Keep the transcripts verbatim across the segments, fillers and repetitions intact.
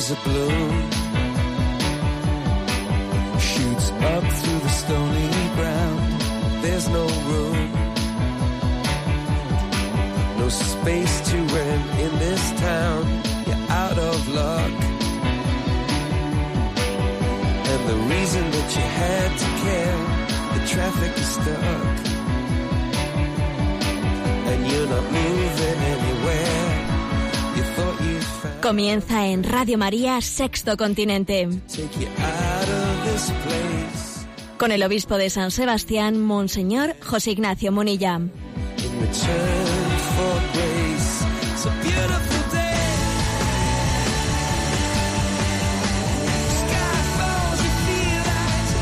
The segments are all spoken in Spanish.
is a balloon, shoots up through the stony ground. There's no room, no space to rent in this town. You're out of luck, and the reason that you had to care, the traffic is stuck, and you're not moving anywhere. You thought you found. Comienza en Radio María Sexto Continente, Take you out of this place. con el obispo de San Sebastián, Monseñor José Ignacio Munilla. In return for grace, it's a beautiful day. Sky falls, you feel like it's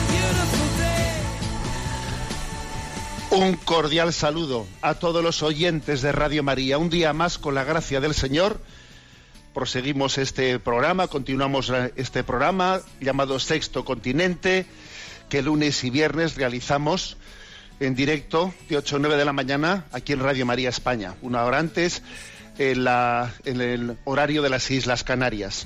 a beautiful day. Un cordial saludo a todos los oyentes de Radio María. Un día más, con la gracia del Señor, proseguimos este programa, continuamos este programa llamado Sexto Continente, que lunes y viernes realizamos en directo de ocho a nueve de la mañana aquí en Radio María España, una hora antes en, la, en el horario de las Islas Canarias.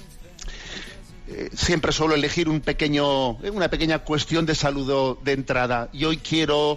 Eh, siempre suelo elegir un pequeño, una pequeña cuestión de saludo de entrada, y hoy quiero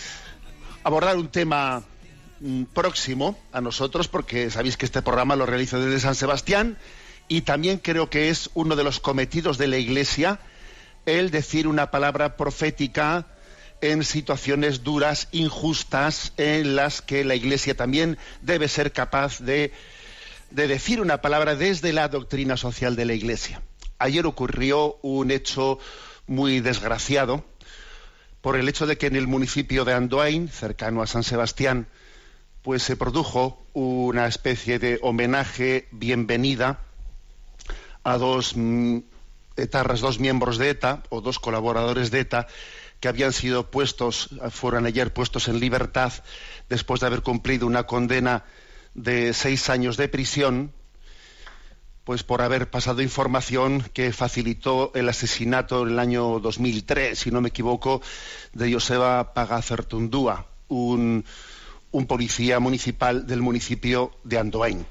abordar un tema mm, próximo a nosotros, porque sabéis que este programa lo realizo desde San Sebastián, y también creo que es uno de los cometidos de la Iglesia el decir una palabra profética en situaciones duras, injustas, en las que la Iglesia también debe ser capaz de, de decir una palabra desde la doctrina social de la Iglesia. Ayer ocurrió un hecho muy desgraciado por el hecho de que en el municipio de Andoain, cercano a San Sebastián, pues se produjo una especie de homenaje, bienvenida a dos mm, etarras, dos miembros de ETA, o dos colaboradores de ETA, que habían sido puestos, fueron ayer puestos en libertad después de haber cumplido una condena de seis años de prisión, pues por haber pasado información que facilitó el asesinato en el año dos mil tres, si no me equivoco, de Joseba Pagazaurtundúa, un, un policía municipal del municipio de Andoain.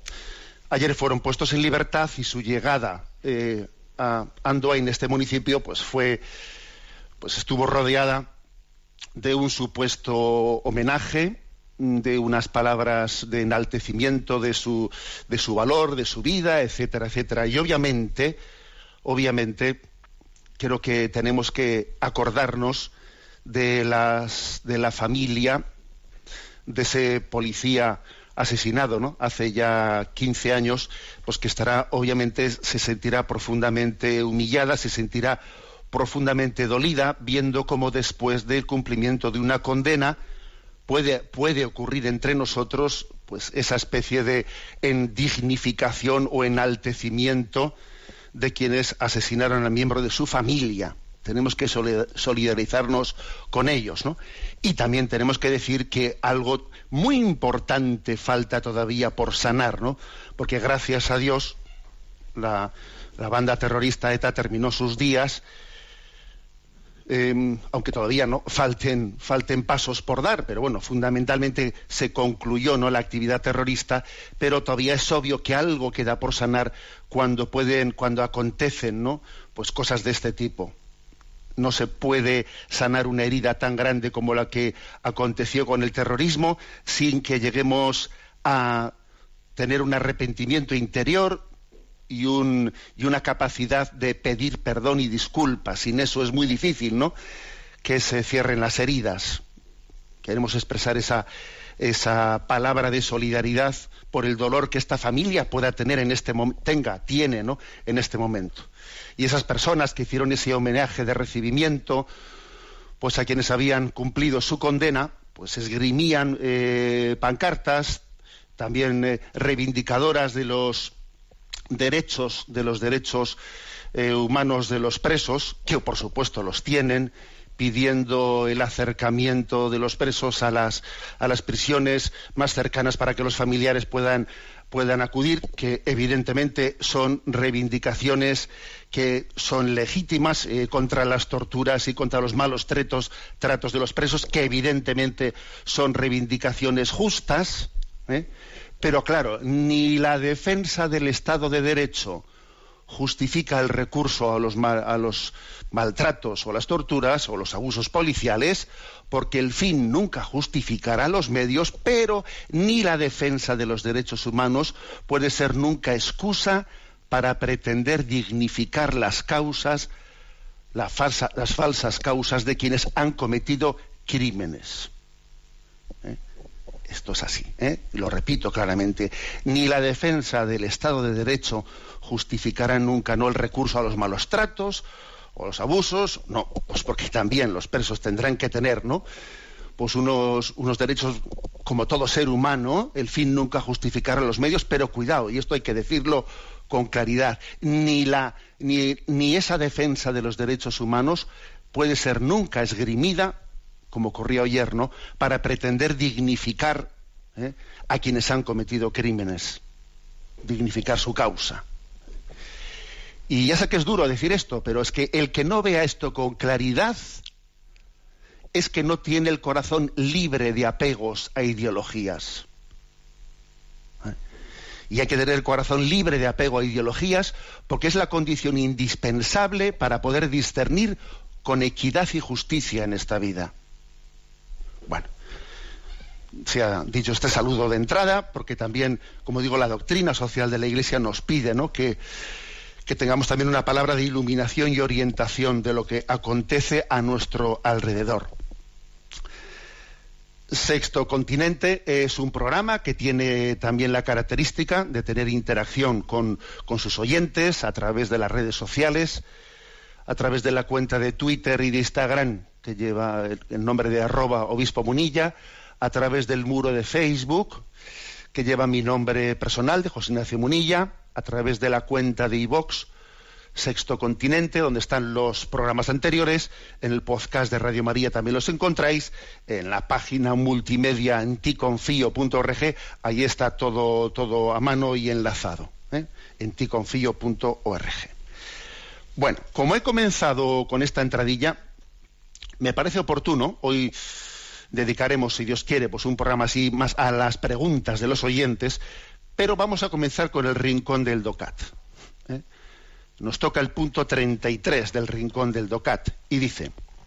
Ayer fueron puestos en libertad y su llegada eh, a Andoain, este municipio, pues fue, pues estuvo rodeada de un supuesto homenaje, de unas palabras de enaltecimiento de su de su valor, de su vida, etcétera, etcétera. Y obviamente, obviamente, creo que tenemos que acordarnos de las de la familia de ese policía asesinado, ¿no? Hace ya quince años, pues que estará, obviamente, se sentirá profundamente humillada, se sentirá profundamente dolida, viendo cómo después del cumplimiento de una condena puede, puede ocurrir entre nosotros, pues esa especie de endignificación o enaltecimiento de quienes asesinaron a miembro de su familia. Tenemos que solidarizarnos con ellos, ¿no? Y también tenemos que decir que algo muy importante falta todavía por sanar, ¿no? Porque gracias a Dios la, la banda terrorista ETA terminó sus días, eh, aunque todavía no falten, falten pasos por dar, pero bueno, fundamentalmente se concluyó, ¿no?, la actividad terrorista, pero todavía es obvio que algo queda por sanar cuando pueden, cuando acontecen, ¿no?, pues cosas de este tipo. No se puede sanar una herida tan grande como la que aconteció con el terrorismo sin que lleguemos a tener un arrepentimiento interior y, un, y una capacidad de pedir perdón y disculpas. Sin eso es muy difícil, ¿no?, que se cierren las heridas. Queremos expresar esa, esa palabra de solidaridad por el dolor que esta familia pueda tener en este momento, tenga, tiene, ¿no?, en este momento. Y esas personas que hicieron ese homenaje de recibimiento, pues a quienes habían cumplido su condena, pues esgrimían eh, pancartas, también eh, reivindicadoras de los derechos, de los derechos eh, humanos de los presos, que por supuesto los tienen, pidiendo el acercamiento de los presos a las a las prisiones más cercanas para que los familiares puedan puedan acudir, que evidentemente son reivindicaciones que son legítimas eh, contra las torturas y contra los malos tratos, tratos de los presos, que evidentemente son reivindicaciones justas, ¿eh? Pero claro, ni la defensa del Estado de Derecho justifica el recurso a los, mal, a los maltratos o las torturas o los abusos policiales, porque el fin nunca justificará los medios, pero ni la defensa de los derechos humanos puede ser nunca excusa para pretender dignificar las causas, la falsa, las falsas causas de quienes han cometido crímenes. ¿Eh? Esto es así, ¿eh? Lo repito claramente. Ni la defensa del Estado de Derecho justificará nunca no el recurso a los malos tratos o los abusos, no, pues porque también los presos tendrán que tener, ¿no?, pues unos, unos derechos como todo ser humano. El fin nunca justificará los medios, pero cuidado, y esto hay que decirlo con claridad, ni la ni, ni esa defensa de los derechos humanos puede ser nunca esgrimida, como ocurrió ayer, ¿no?, para pretender dignificar ¿eh? a quienes han cometido crímenes, dignificar su causa. Y ya sé que es duro decir esto, pero es que el que no vea esto con claridad es que no tiene el corazón libre de apegos a ideologías. ¿Eh? Y hay que tener el corazón libre de apego a ideologías porque es la condición indispensable para poder discernir con equidad y justicia en esta vida. Bueno, se ha dicho este saludo de entrada, porque también, como digo, la doctrina social de la Iglesia nos pide, ¿no?, que, que tengamos también una palabra de iluminación y orientación de lo que acontece a nuestro alrededor. Sexto Continente es un programa que tiene también la característica de tener interacción con, con sus oyentes a través de las redes sociales, a través de la cuenta de Twitter y de Instagram, que lleva el, el nombre de arroba obispo Munilla, a través del muro de Facebook, que lleva mi nombre personal, de José Ignacio Munilla, a través de la cuenta de iVox, Sexto Continente, donde están los programas anteriores. En el podcast de Radio María también los encontráis, en la página multimedia en ticonfio punto org, ahí está todo, todo a mano y enlazado, ¿eh? en ticonfio punto org. Bueno, como he comenzado con esta entradilla, me parece oportuno, hoy dedicaremos, si Dios quiere, pues un programa así más a las preguntas de los oyentes, pero vamos a comenzar con el Rincón del DOCAT. ¿eh? Nos toca el punto treinta y tres del Rincón del DOCAT, y dice: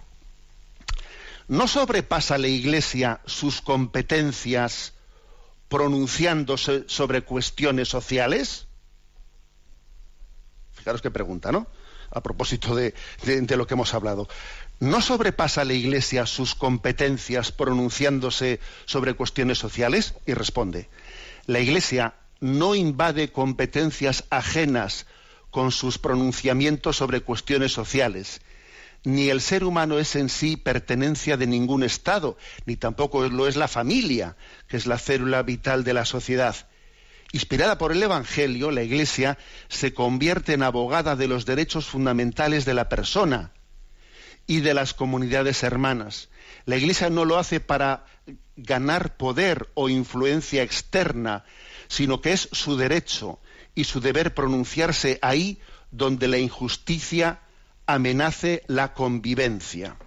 ¿no sobrepasa la Iglesia sus competencias pronunciándose sobre cuestiones sociales? Fijaros qué pregunta, ¿no?, a propósito de, de, de lo que hemos hablado. ¿No sobrepasa la Iglesia sus competencias pronunciándose sobre cuestiones sociales? Y responde: la Iglesia no invade competencias ajenas con sus pronunciamientos sobre cuestiones sociales. Ni el ser humano es en sí pertenencia de ningún Estado, ni tampoco lo es la familia, que es la célula vital de la sociedad. Inspirada por el Evangelio, la Iglesia se convierte en abogada de los derechos fundamentales de la persona y de las comunidades hermanas. La Iglesia no lo hace para ganar poder o influencia externa, sino que es su derecho y su deber pronunciarse ahí donde la injusticia amenace la convivencia.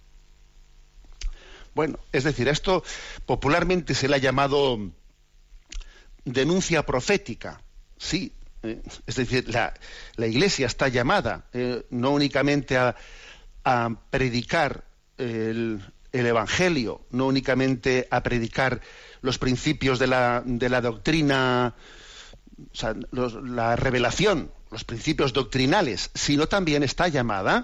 Bueno, es decir, esto popularmente se le ha llamado denuncia profética, sí, eh, es decir, la, la Iglesia está llamada eh, no únicamente a, a predicar el, el Evangelio, no únicamente a predicar los principios de la, de la doctrina, o sea, los, la revelación, los principios doctrinales, sino también está llamada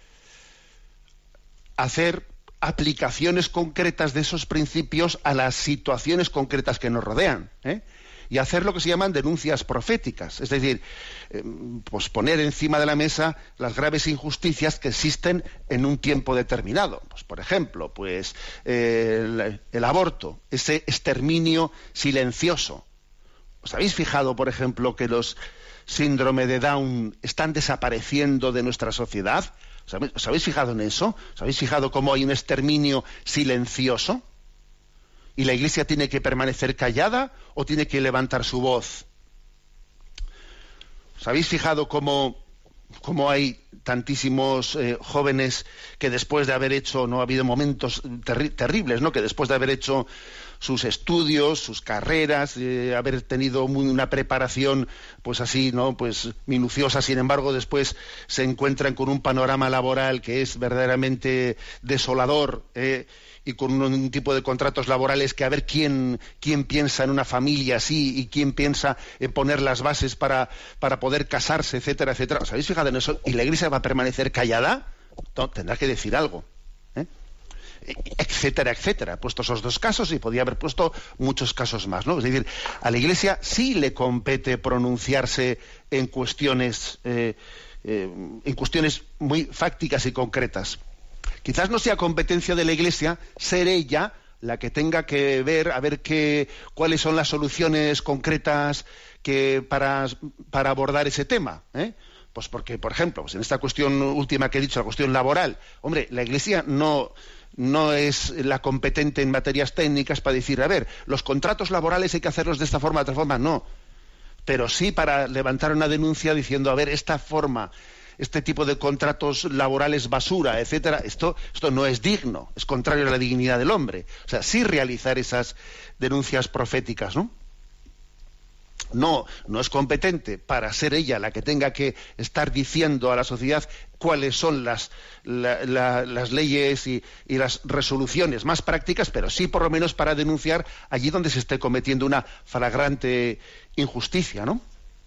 a hacer aplicaciones concretas de esos principios a las situaciones concretas que nos rodean, ¿eh? y hacer lo que se llaman denuncias proféticas, es decir, eh, pues poner encima de la mesa las graves injusticias que existen en un tiempo determinado. Pues, por ejemplo, pues eh, el, el aborto, ese exterminio silencioso. ¿Os habéis fijado, por ejemplo, que los síndrome de Down están desapareciendo de nuestra sociedad? ¿Os habéis, os habéis fijado en eso? ¿Os habéis fijado cómo hay un exterminio silencioso? ¿Y la Iglesia tiene que permanecer callada o tiene que levantar su voz? ¿Os habéis fijado cómo, como hay tantísimos eh, jóvenes que después de haber hecho, no ha habido momentos terri- terribles, ¿no? Que después de haber hecho sus estudios, sus carreras, eh, haber tenido una preparación, pues así, ¿no? Pues minuciosa, sin embargo, después se encuentran con un panorama laboral que es verdaderamente desolador, eh, y con un, un tipo de contratos laborales que a ver quién, quién piensa en una familia así y quién piensa en poner las bases para, para poder casarse, etcétera, etcétera. ¿Os habéis fijado en eso? ¿Y la Iglesia va a permanecer callada? No, tendrá que decir algo, ¿eh? Etcétera, etcétera. He puesto esos dos casos y podía haber puesto muchos casos más, ¿no? Es decir, a la Iglesia sí le compete pronunciarse en cuestiones, eh, eh, en cuestiones muy fácticas y concretas. Quizás no sea competencia de la Iglesia ser ella la que tenga que ver, a ver qué, cuáles son las soluciones concretas que para, para abordar ese tema, ¿eh? Pues porque, por ejemplo, pues en esta cuestión última que he dicho, la cuestión laboral, hombre, la Iglesia no, no es la competente en materias técnicas para decir, a ver, los contratos laborales hay que hacerlos de esta forma, de otra forma, no. Pero sí para levantar una denuncia diciendo, a ver, esta forma, este tipo de contratos laborales basura, etcétera, esto, esto no es digno, es contrario a la dignidad del hombre. O sea, sí realizar esas denuncias proféticas, ¿no? No, no es competente para ser ella la que tenga que estar diciendo a la sociedad cuáles son las, la, la, las leyes y, y las resoluciones más prácticas, pero sí por lo menos para denunciar allí donde se esté cometiendo una flagrante injusticia, ¿no?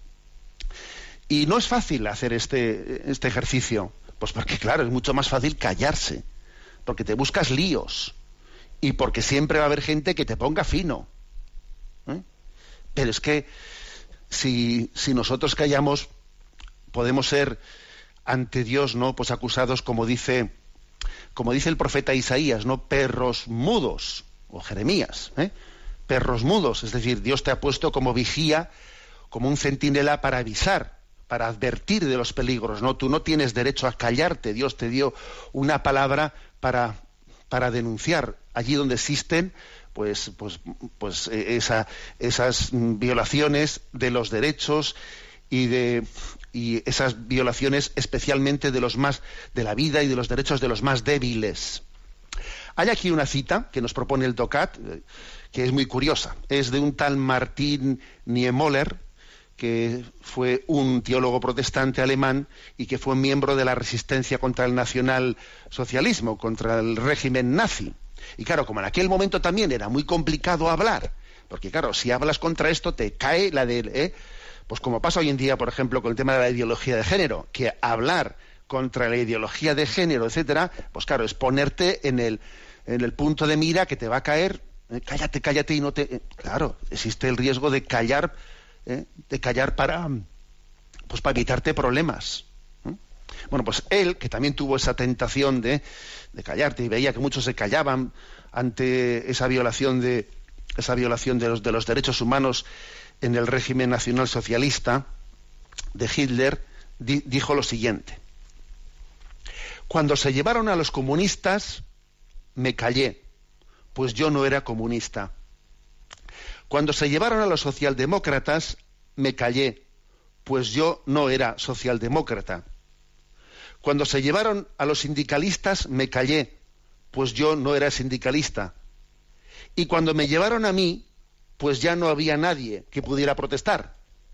Y no es fácil hacer este, este ejercicio, pues porque claro, es mucho más fácil callarse, porque te buscas líos y porque siempre va a haber gente que te ponga fino, ¿eh? Pero es que si, si nosotros callamos, podemos ser ante Dios, ¿no? Pues acusados, como dice, como dice el profeta Isaías, ¿no? Perros mudos, o Jeremías, ¿eh? Perros mudos, es decir, Dios te ha puesto como vigía, como un centinela para avisar, para advertir de los peligros, ¿no? Tú no tienes derecho a callarte, Dios te dio una palabra para, para denunciar allí donde existen pues, pues, pues esa, esas violaciones de los derechos y de y esas violaciones especialmente de los más de la vida y de los derechos de los más débiles. Hay aquí una cita que nos propone el DOCAT, que es muy curiosa. Es de un tal Martin Niemöller, que fue un teólogo protestante alemán y que fue miembro de la resistencia contra el nacionalsocialismo, contra el régimen nazi. Y claro, como en aquel momento también era muy complicado hablar, porque claro, si hablas contra esto te cae la de... ¿eh? Pues como pasa hoy en día, por ejemplo, con el tema de la ideología de género, que hablar contra la ideología de género, etcétera, pues claro, es ponerte en el, en el punto de mira que te va a caer, eh, cállate, cállate y no te... Eh, claro, existe el riesgo de callar, eh, de callar para, pues para evitarte problemas. ¿eh? Bueno, pues él, que también tuvo esa tentación de, de callarte y veía que muchos se callaban ante esa violación de esa violación de los, de los derechos humanos en el régimen nacionalsocialista de Hitler, di, dijo lo siguiente: cuando se llevaron a los comunistas, me callé, pues yo no era comunista. Cuando se llevaron a los socialdemócratas, me callé, pues yo no era socialdemócrata. Cuando se llevaron a los sindicalistas, me callé, pues yo no era sindicalista. Y cuando me llevaron a mí, pues ya no había nadie que pudiera protestar.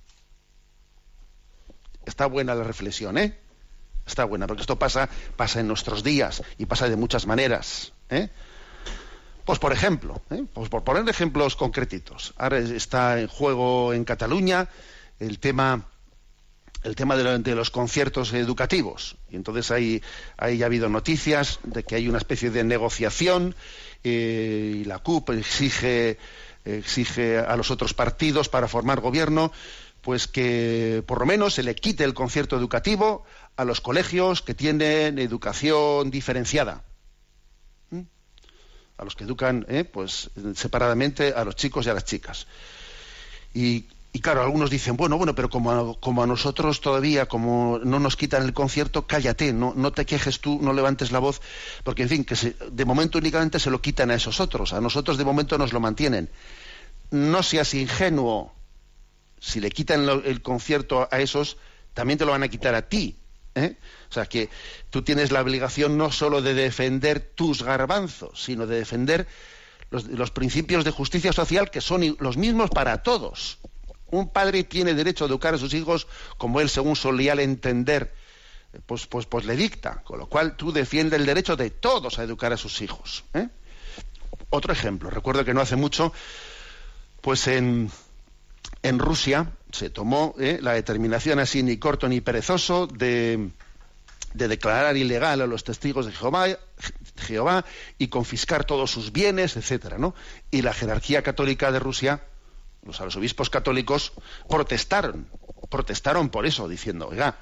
Está buena la reflexión, ¿eh? Está buena, porque esto pasa, pasa en nuestros días y pasa de muchas maneras, ¿eh? Pues por ejemplo, ¿eh? pues por poner ejemplos concretitos, ahora está en juego en Cataluña el tema, el tema de, lo, de los conciertos educativos, y entonces ahí, ahí ya ha habido noticias de que hay una especie de negociación, eh, y la C U P exige exige a los otros partidos para formar gobierno, pues que por lo menos se le quite el concierto educativo a los colegios que tienen educación diferenciada, ¿Mm? a los que educan eh, pues separadamente a los chicos y a las chicas. Y, y claro, algunos dicen, bueno, bueno, pero como a, como a nosotros todavía, como no nos quitan el concierto, cállate, no, no te quejes tú, no levantes la voz, porque en fin, que se, de momento únicamente se lo quitan a esos otros, a nosotros de momento nos lo mantienen. No seas ingenuo, si le quitan lo, el concierto a esos, también te lo van a quitar a ti, ¿eh? O sea, que tú tienes la obligación no solo de defender tus garbanzos, sino de defender los, los principios de justicia social, que son los mismos para todos. Un padre tiene derecho a educar a sus hijos como él, según solía entender, pues, pues, pues le dicta. Con lo cual tú defiendes el derecho de todos a educar a sus hijos, ¿eh? Otro ejemplo. Recuerdo que no hace mucho, pues en, en Rusia se tomó ¿eh? la determinación así ni corto ni perezoso de, de declarar ilegal a los testigos de Jehová, Jehová y confiscar todos sus bienes, etcétera, ¿no? Y la jerarquía católica de Rusia, los arzobispos católicos, protestaron, protestaron por eso, diciendo, oiga,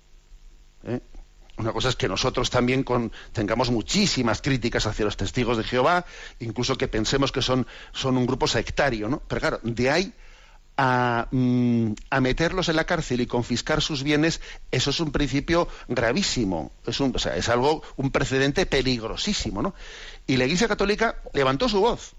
¿eh? una cosa es que nosotros también con, tengamos muchísimas críticas hacia los testigos de Jehová, incluso que pensemos que son, son un grupo sectario, ¿no? Pero claro, de ahí a, mm, a meterlos en la cárcel y confiscar sus bienes, eso es un principio gravísimo, es, un, o sea, es algo, un precedente peligrosísimo, ¿no? Y la Iglesia Católica levantó su voz.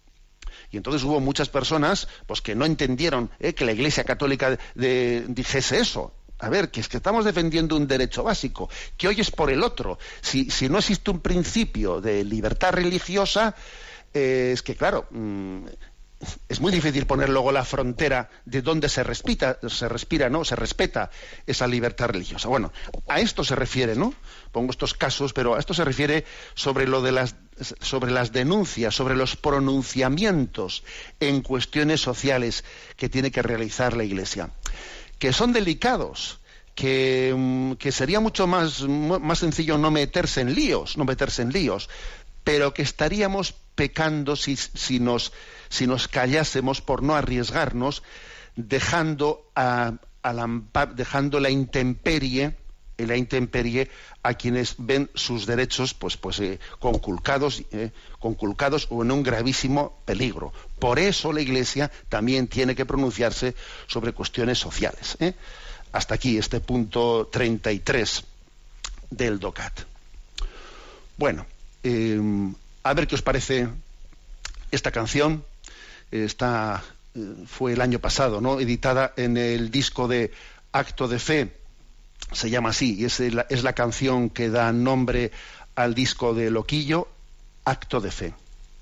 Y entonces hubo muchas personas pues que no entendieron ¿eh? que la Iglesia Católica de, de, dijese eso. A ver, que es que estamos defendiendo un derecho básico, que hoy es por el otro. Si, si no existe un principio de libertad religiosa, eh, es que claro, mmm, es muy difícil poner luego la frontera de dónde se respira, se respira, ¿no? Se respeta esa libertad religiosa. Bueno, a esto se refiere, ¿no? Pongo estos casos, pero a esto se refiere sobre lo de las, sobre las denuncias, sobre los pronunciamientos en cuestiones sociales que tiene que realizar la Iglesia, que son delicados, que, que sería mucho más, más sencillo no meterse en líos, no meterse en líos, pero que estaríamos pecando si, si, nos, si nos callásemos por no arriesgarnos, dejando, a, a la, dejando la intemperie, la intemperie a quienes ven sus derechos pues, pues, eh, conculcados, eh, conculcados o en un gravísimo peligro. Por eso la Iglesia también tiene que pronunciarse sobre cuestiones sociales, ¿eh? Hasta aquí este punto treinta y tres del DOCAT. Bueno, eh, a ver qué os parece esta canción. Esta eh, fue el año pasado, ¿no? Editada en el disco de Acto de Fe. Se llama así, y es la, es la canción que da nombre al disco de Loquillo, Acto de Fe.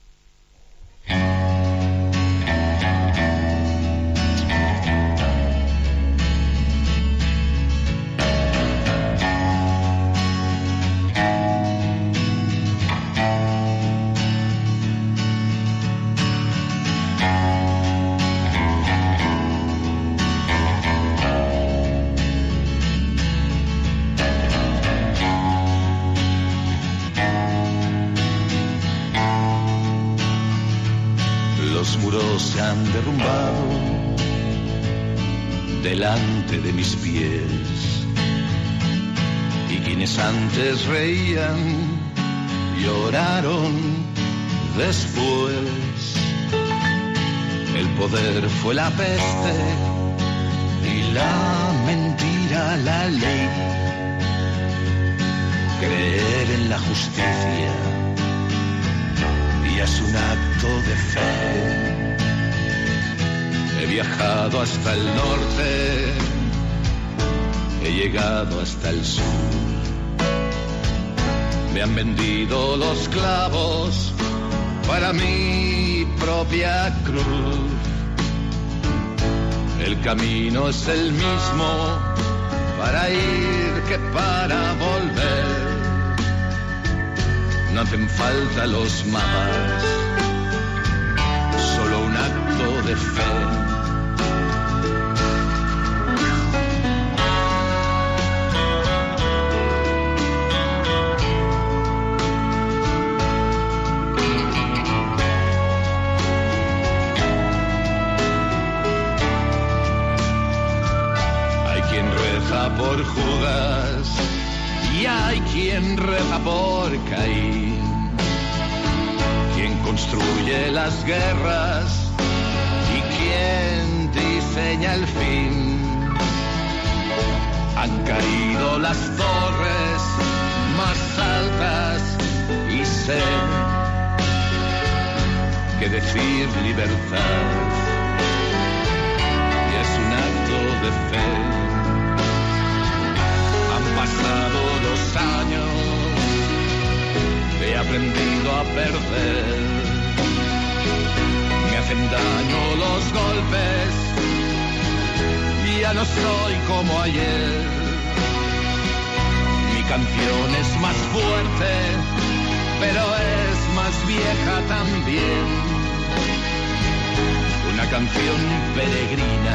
Se han derrumbado delante de mis pies, y quienes antes reían lloraron después. El poder fue la peste y la mentira la ley. Creer en la justicia y es un acto de fe. He viajado hasta el norte, he llegado hasta el sur. Me han vendido los clavos para mi propia cruz. El camino es el mismo para ir que para volver. No hacen falta los mapas, solo un acto de fe. Por Judas y hay quien reza por Caín, quien construye las guerras y quien diseña el fin. Han caído las torres más altas y sé que decir libertad y es un acto de fe. aprendido a perder. Me hacen daño los golpes, ya no soy como ayer. Mi canción es más fuerte, pero es más vieja también. Una canción peregrina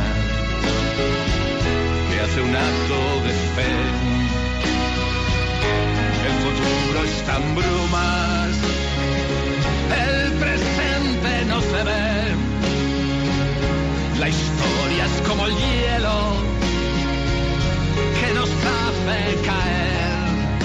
que hace un acto de fe. El futuro está en brumas, el presente no se ve. La historia es como el hielo que nos hace caer.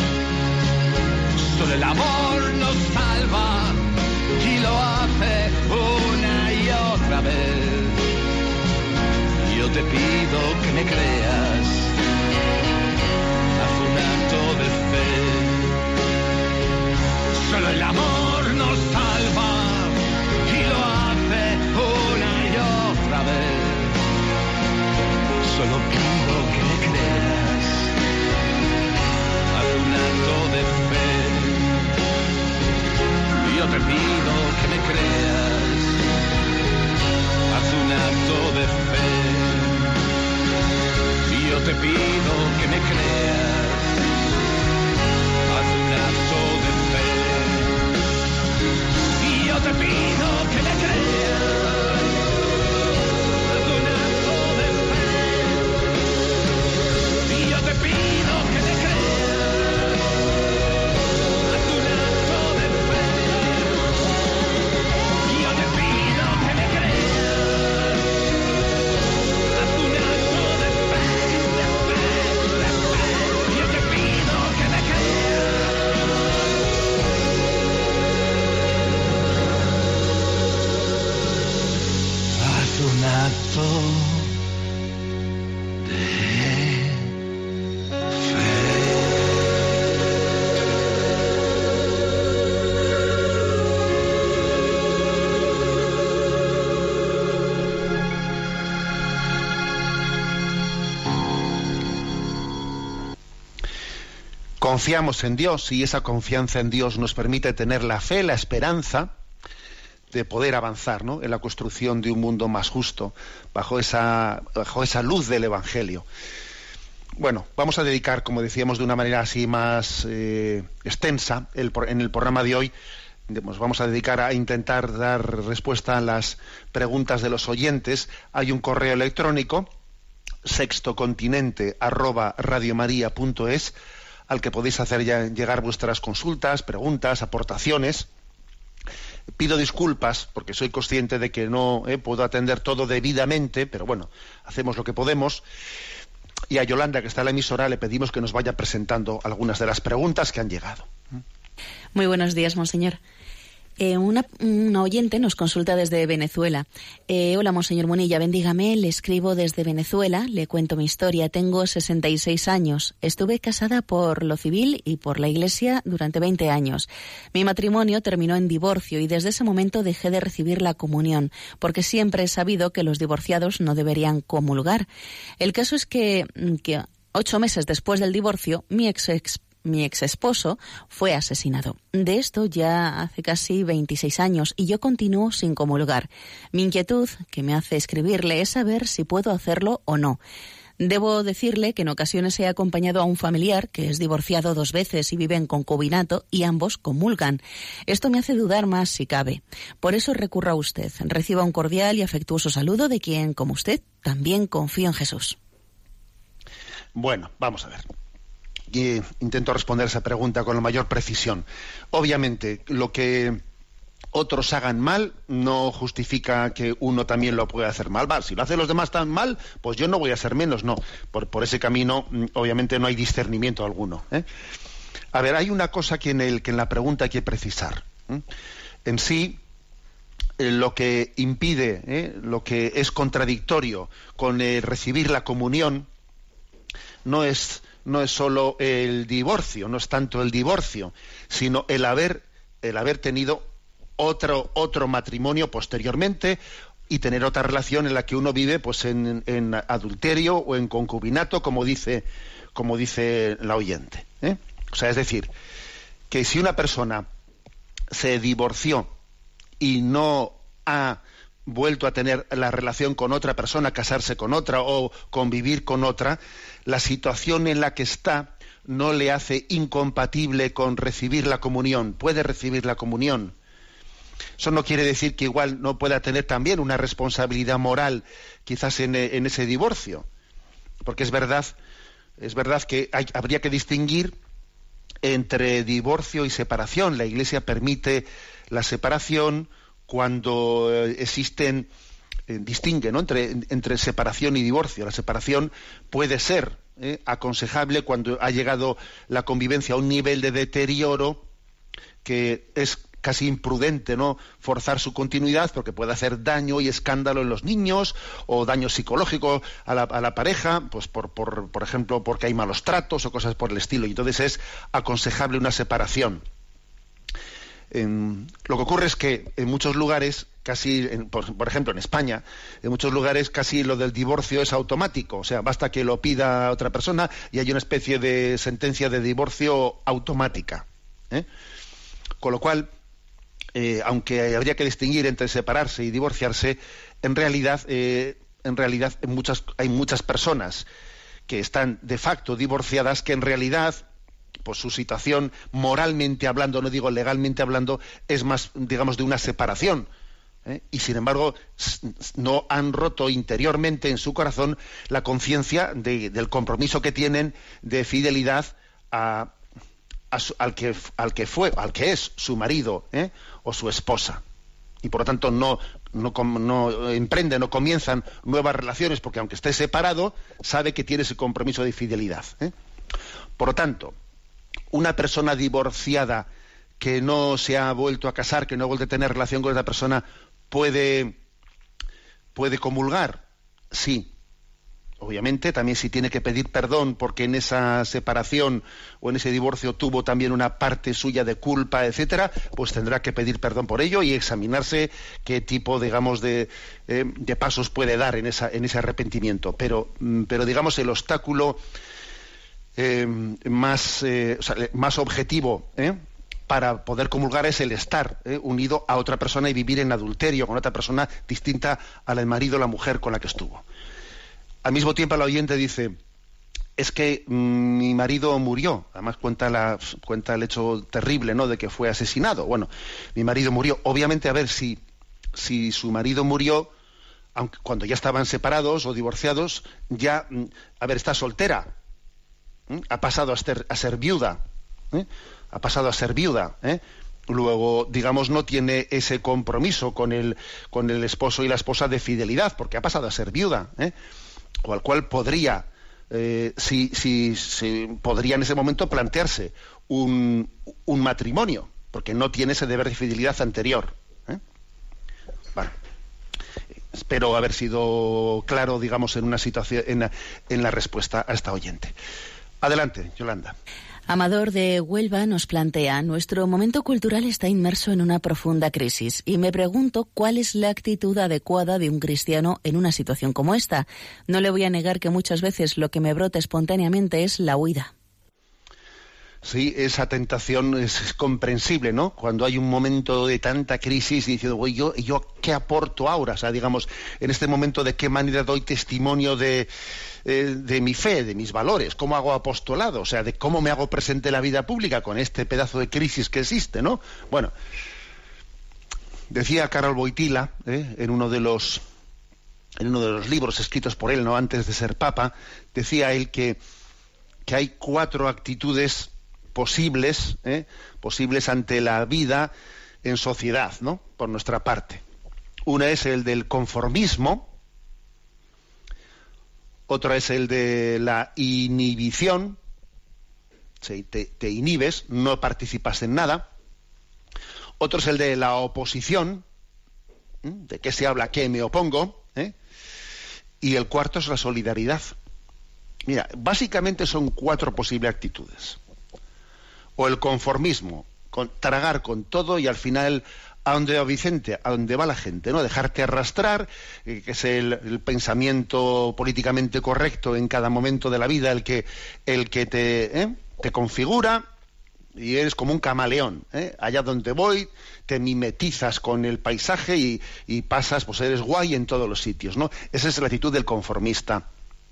Solo el amor nos salva y lo hace una y otra vez. Yo te pido que me creas, haz un acto de fe. Solo el amor nos salva y lo hace una y otra vez. Solo pido que me creas, haz un acto de fe. Yo te pido que me creas, haz un acto de fe. Yo te pido que me creas, haz un acto de fe. Yo te pido que me creas, haz un acto de fe. Yo te pido que me creas, haz un acto de fe. Yo te pido que me creas, haz un acto de fe, de fe, de fe. Yo te pido que me creas. Haz un acto de fe. Confiamos en Dios y esa confianza en Dios nos permite tener la fe, la esperanza de poder avanzar, ¿no?, en la construcción de un mundo más justo, bajo esa, bajo esa luz del Evangelio. Bueno, vamos a dedicar, como decíamos, de una manera así más eh, extensa, el, en el programa de hoy, nos vamos a dedicar a intentar dar respuesta a las preguntas de los oyentes. Hay un correo electrónico, sextocontinente arroba radiomaria.es, al que podéis hacer ya llegar vuestras consultas, preguntas, aportaciones. Pido disculpas porque soy consciente de que no eh, puedo atender todo debidamente, pero bueno, hacemos lo que podemos. Y a Yolanda, que está en la emisora, le pedimos que nos vaya presentando algunas de las preguntas que han llegado. Muy buenos días, monseñor. Eh, una, una oyente nos consulta desde Venezuela. Eh, hola, monseñor Munilla, bendígame. Le escribo desde Venezuela, le cuento mi historia. Tengo sesenta y seis años. Estuve casada por lo civil y por la Iglesia durante veinte años. Mi matrimonio terminó en divorcio y desde ese momento dejé de recibir la comunión, porque siempre he sabido que los divorciados no deberían comulgar. El caso es que, que ocho meses después del divorcio, mi ex ex Mi ex esposo fue asesinado. De esto ya hace casi veintiséis años y yo continúo sin comulgar. Mi inquietud, que me hace escribirle, es saber si puedo hacerlo o no. Debo decirle que en ocasiones he acompañado a un familiar que es divorciado dos veces y vive en concubinato y ambos comulgan. Esto me hace dudar más si cabe. Por eso recurro a usted. Reciba un cordial y afectuoso saludo de quien, como usted, también confío en Jesús. Bueno, vamos a ver. Y intento responder esa pregunta con la mayor precisión. Obviamente, lo que otros hagan mal no justifica que uno también lo pueda hacer mal. Va, si lo hacen los demás tan mal, pues yo no voy a ser menos. No, por, por ese camino, obviamente, no hay discernimiento alguno, ¿eh? A ver, hay una cosa que en, el, que en la pregunta hay que precisar, ¿eh? En sí, eh, lo que impide, ¿eh? lo que es contradictorio con eh, recibir la comunión, no es... no es solo el divorcio, no es tanto el divorcio, sino el haber, el haber tenido otro, otro matrimonio posteriormente y tener otra relación en la que uno vive pues en, en adulterio o en concubinato, como dice, como dice la oyente, ¿eh? O sea, es decir, que si una persona se divorció y no ha vuelto a tener la relación con otra persona, casarse con otra o convivir con otra, la situación en la que está no le hace incompatible con recibir la comunión. Puede recibir la comunión. Eso no quiere decir que igual no pueda tener también una responsabilidad moral quizás en, en ese divorcio, porque es verdad, es verdad que hay, habría que distinguir entre divorcio y separación. La Iglesia permite la separación cuando eh, existen, eh, distingue, ¿no?, entre, entre separación y divorcio. La separación puede ser eh, aconsejable cuando ha llegado la convivencia a un nivel de deterioro que es casi imprudente, ¿no?, forzar su continuidad, porque puede hacer daño y escándalo en los niños o daño psicológico a la, a la pareja, pues por, por, por ejemplo porque hay malos tratos o cosas por el estilo, y entonces es aconsejable una separación. En, lo que ocurre es que en muchos lugares, casi, en, por, por ejemplo en España, en muchos lugares casi lo del divorcio es automático, o sea, basta que lo pida otra persona y hay una especie de sentencia de divorcio automática, ¿eh? Con lo cual, eh, aunque habría que distinguir entre separarse y divorciarse, en realidad, eh, en realidad en muchas, hay muchas personas que están de facto divorciadas que en realidad, pues su situación moralmente hablando, no digo legalmente hablando, es más, digamos, de una separación, ¿eh? Y sin embargo no han roto interiormente en su corazón la conciencia de, del compromiso que tienen de fidelidad a, a su, al que al que fue, al que es su marido, ¿eh?, o su esposa, y por lo tanto no no, no emprenden o comienzan nuevas relaciones, porque aunque esté separado sabe que tiene ese compromiso de fidelidad, ¿eh? Por lo tanto, una persona divorciada que no se ha vuelto a casar, que no ha vuelto a tener relación con otra persona, ¿puede, puede comulgar? Sí. Obviamente, también si tiene que pedir perdón porque en esa separación o en ese divorcio tuvo también una parte suya de culpa, etcétera, pues tendrá que pedir perdón por ello y examinarse qué tipo, digamos, de, eh, de pasos puede dar en, esa, en ese arrepentimiento. Pero, pero digamos, el obstáculo Eh, más, eh, o sea, más objetivo, ¿eh?, para poder comulgar es el estar ¿eh? unido a otra persona y vivir en adulterio con otra persona distinta al marido o la mujer con la que estuvo. Al mismo tiempo el oyente dice, es que mmm, mi marido murió, además cuenta, la, cuenta el hecho terrible, ¿no?, de que fue asesinado. Bueno, mi marido murió. Obviamente, a ver, si, si su marido murió, aunque cuando ya estaban separados o divorciados, ya, a ver, está soltera, ha pasado a ser, a ser viuda, ¿eh? ha pasado a ser viuda, ¿eh? Luego, digamos, no tiene ese compromiso con el, con el esposo y la esposa de fidelidad, porque ha pasado a ser viuda, ¿eh? O al cual podría, eh, si, si, si podría en ese momento plantearse un, un matrimonio, porque no tiene ese deber de fidelidad anterior, ¿eh? Bueno, espero haber sido claro, digamos, en una situación, en la, en la respuesta a esta oyente. Adelante, Yolanda. Amador de Huelva nos plantea, nuestro momento cultural está inmerso en una profunda crisis y me pregunto cuál es la actitud adecuada de un cristiano en una situación como esta. No le voy a negar que muchas veces lo que me brota espontáneamente es la huida. Sí, esa tentación es comprensible, ¿no? Cuando hay un momento de tanta crisis y diciendo, güey, yo, yo ¿qué aporto ahora? O sea, digamos, en este momento, ¿de qué manera doy testimonio de, eh, de mi fe, de mis valores? ¿Cómo hago apostolado? O sea, de cómo me hago presente en la vida pública con este pedazo de crisis que existe, ¿no? Bueno, decía Karol Wojtyla, ¿eh? en uno de los en uno de los libros escritos por él, ¿no?, antes de ser papa, decía él que, que hay cuatro actitudes posibles, ¿eh? posibles ante la vida en sociedad, ¿no?, por nuestra parte. Una es el del conformismo, otra es el de la inhibición, sí, te, te inhibes, no participas en nada. Otro es el de la oposición, ¿eh? ¿De qué se habla? ¿Qué me opongo? ¿eh? Y el cuarto es la solidaridad. Mira, básicamente son cuatro posibles actitudes. O el conformismo, con, tragar con todo y al final, ¿a dónde va Vicente? A dónde va la gente, ¿no? Dejarte arrastrar, eh, que es el, el pensamiento políticamente correcto en cada momento de la vida el que, el que te, ¿eh? te configura, y eres como un camaleón, ¿eh? Allá donde voy te mimetizas con el paisaje y, y pasas, pues eres guay en todos los sitios, ¿no? Esa es la actitud del conformista.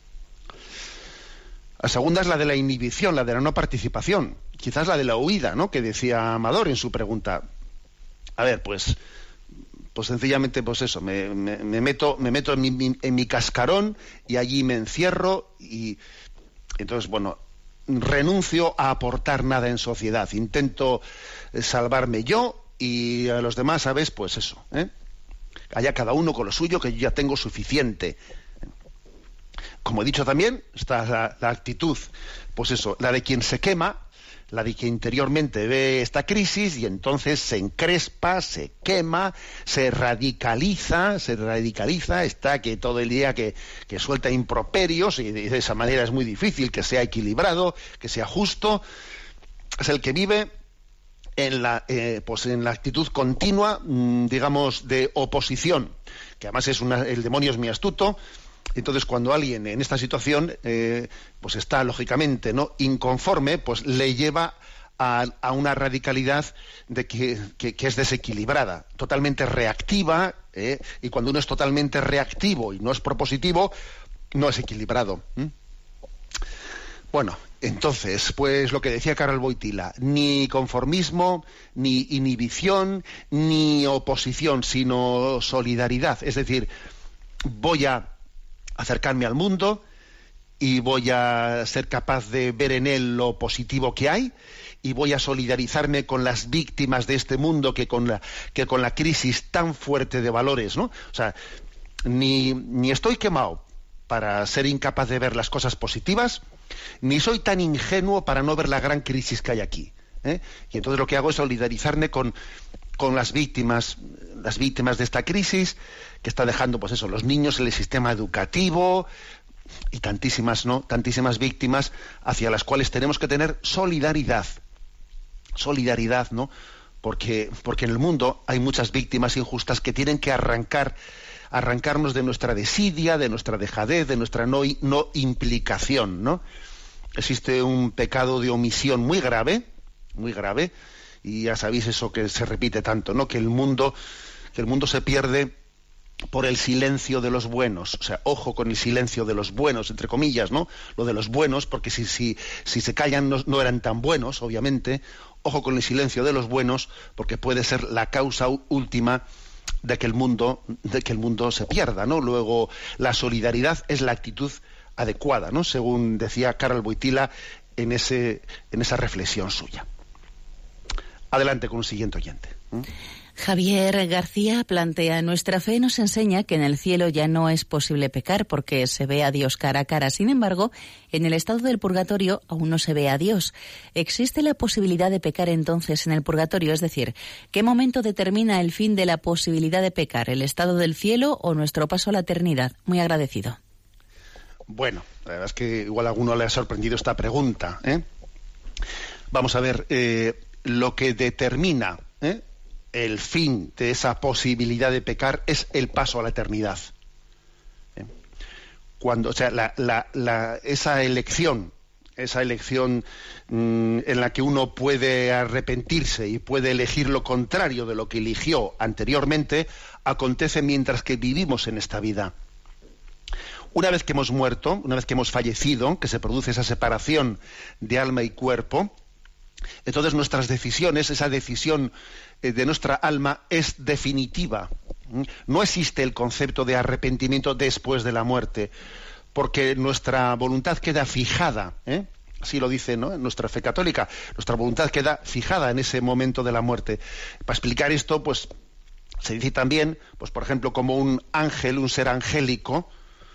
La segunda es la de la inhibición, la de la no participación, quizás la de la huida, ¿no? Que decía Amador en su pregunta. A ver, pues, pues sencillamente, pues eso, me, me, me meto, me meto en mi, en mi cascarón y allí me encierro y entonces, bueno, renuncio a aportar nada en sociedad, intento salvarme yo y a los demás, ¿sabes? Pues eso, ¿eh? Allá cada uno con lo suyo, que yo ya tengo suficiente. Como he dicho también, está la, la actitud, pues eso, la de quien se quema, la de que interiormente ve esta crisis y entonces se encrespa, se quema, se radicaliza, se radicaliza, está que todo el día que, que suelta improperios y de esa manera es muy difícil que sea equilibrado, que sea justo. Es el que vive en la, eh, pues en la actitud continua, mmm, digamos, de oposición, que además es una, el demonio es muy astuto. Entonces, cuando alguien en esta situación eh, pues está lógicamente no inconforme, pues le lleva a, a una radicalidad de que, que, que es desequilibrada, totalmente reactiva, eh, y cuando uno es totalmente reactivo y no es propositivo, no es equilibrado. ¿Mm? Bueno, entonces, pues lo que decía Karol Wojtyla, ni conformismo, ni inhibición, ni oposición, sino solidaridad. Es decir, voy a acercarme al mundo y voy a ser capaz de ver en él lo positivo que hay y voy a solidarizarme con las víctimas de este mundo que con la, que con la crisis tan fuerte de valores, ¿no? O sea, ni, ni estoy quemado para ser incapaz de ver las cosas positivas, ni soy tan ingenuo para no ver la gran crisis que hay aquí, ¿eh? Y entonces lo que hago es solidarizarme con, con las víctimas, las víctimas de esta crisis que está dejando, pues eso, los niños en el sistema educativo y tantísimas, ¿no? Tantísimas víctimas hacia las cuales tenemos que tener solidaridad, solidaridad, ¿no? Porque, porque en el mundo hay muchas víctimas injustas que tienen que arrancar, arrancarnos de nuestra desidia, de nuestra dejadez, de nuestra no, no implicación, ¿no? Existe un pecado de omisión muy grave, muy grave, y ya sabéis eso que se repite tanto, ¿no? Que el mundo, que el mundo se pierde por el silencio de los buenos. O sea, ojo con el silencio de los buenos, entre comillas, ¿no? Lo de los buenos, porque si, si, si se callan no, no eran tan buenos, obviamente. Ojo con el silencio de los buenos, porque puede ser la causa última de que el mundo, de que el mundo se pierda, ¿no? Luego, la solidaridad es la actitud adecuada, ¿no? Según decía Karol Wojtyla en ese, en esa reflexión suya. Adelante con un siguiente oyente. ¿Mm? Javier García plantea: nuestra fe nos enseña que en el cielo ya no es posible pecar porque se ve a Dios cara a cara. Sin embargo, en el estado del purgatorio aún no se ve a Dios. ¿Existe la posibilidad de pecar entonces en el purgatorio? Es decir, ¿qué momento determina el fin de la posibilidad de pecar? ¿El estado del cielo o nuestro paso a la eternidad? Muy agradecido. Bueno, la verdad es que igual a alguno le ha sorprendido esta pregunta, ¿eh? Vamos a ver, eh, lo que determina, ¿eh?, el fin de esa posibilidad de pecar es el paso a la eternidad. ¿Eh? Cuando, o sea, la, la, la, esa elección, esa elección mmm, en la que uno puede arrepentirse y puede elegir lo contrario de lo que eligió anteriormente, acontece mientras que vivimos en esta vida. Una vez que hemos muerto, una vez que hemos fallecido, que se produce esa separación de alma y cuerpo, entonces nuestras decisiones, esa decisión de nuestra alma es definitiva. No existe el concepto de arrepentimiento después de la muerte, porque nuestra voluntad queda fijada, ¿eh? Así lo dice, ¿no?, en nuestra fe católica, nuestra voluntad queda fijada en ese momento de la muerte. Para explicar esto, pues se dice también, pues por ejemplo, como un ángel, un ser angélico,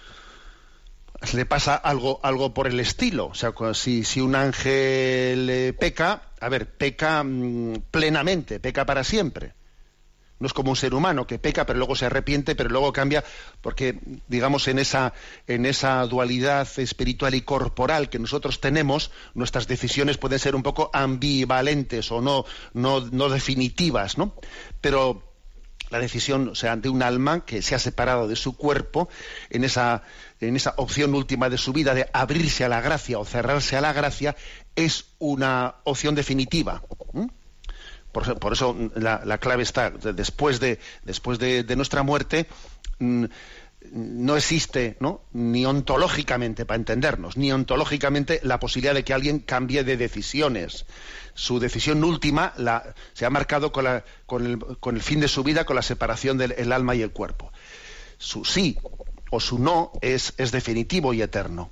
le pasa algo, algo por el estilo. O sea, si, si un ángel eh, peca, a ver, peca mmm, plenamente, peca para siempre. No es como un ser humano que peca, pero luego se arrepiente, pero luego cambia, porque, digamos, en esa, en esa dualidad espiritual y corporal que nosotros tenemos, nuestras decisiones pueden ser un poco ambivalentes o no, no, no definitivas, ¿no? Pero la decisión, o sea, de un alma que se ha separado de su cuerpo en esa, en esa opción última de su vida de abrirse a la gracia o cerrarse a la gracia, es una opción definitiva. ¿Mm? Por, por eso la, la clave está, después de, después de, de nuestra muerte, mmm, no existe, ¿no?, ni ontológicamente, para entendernos, ni ontológicamente la posibilidad de que alguien cambie de decisiones. Su decisión última la, se ha marcado con, la, con, el, con el fin de su vida, con la separación del el alma y el cuerpo. Su sí o su no es, es definitivo y eterno.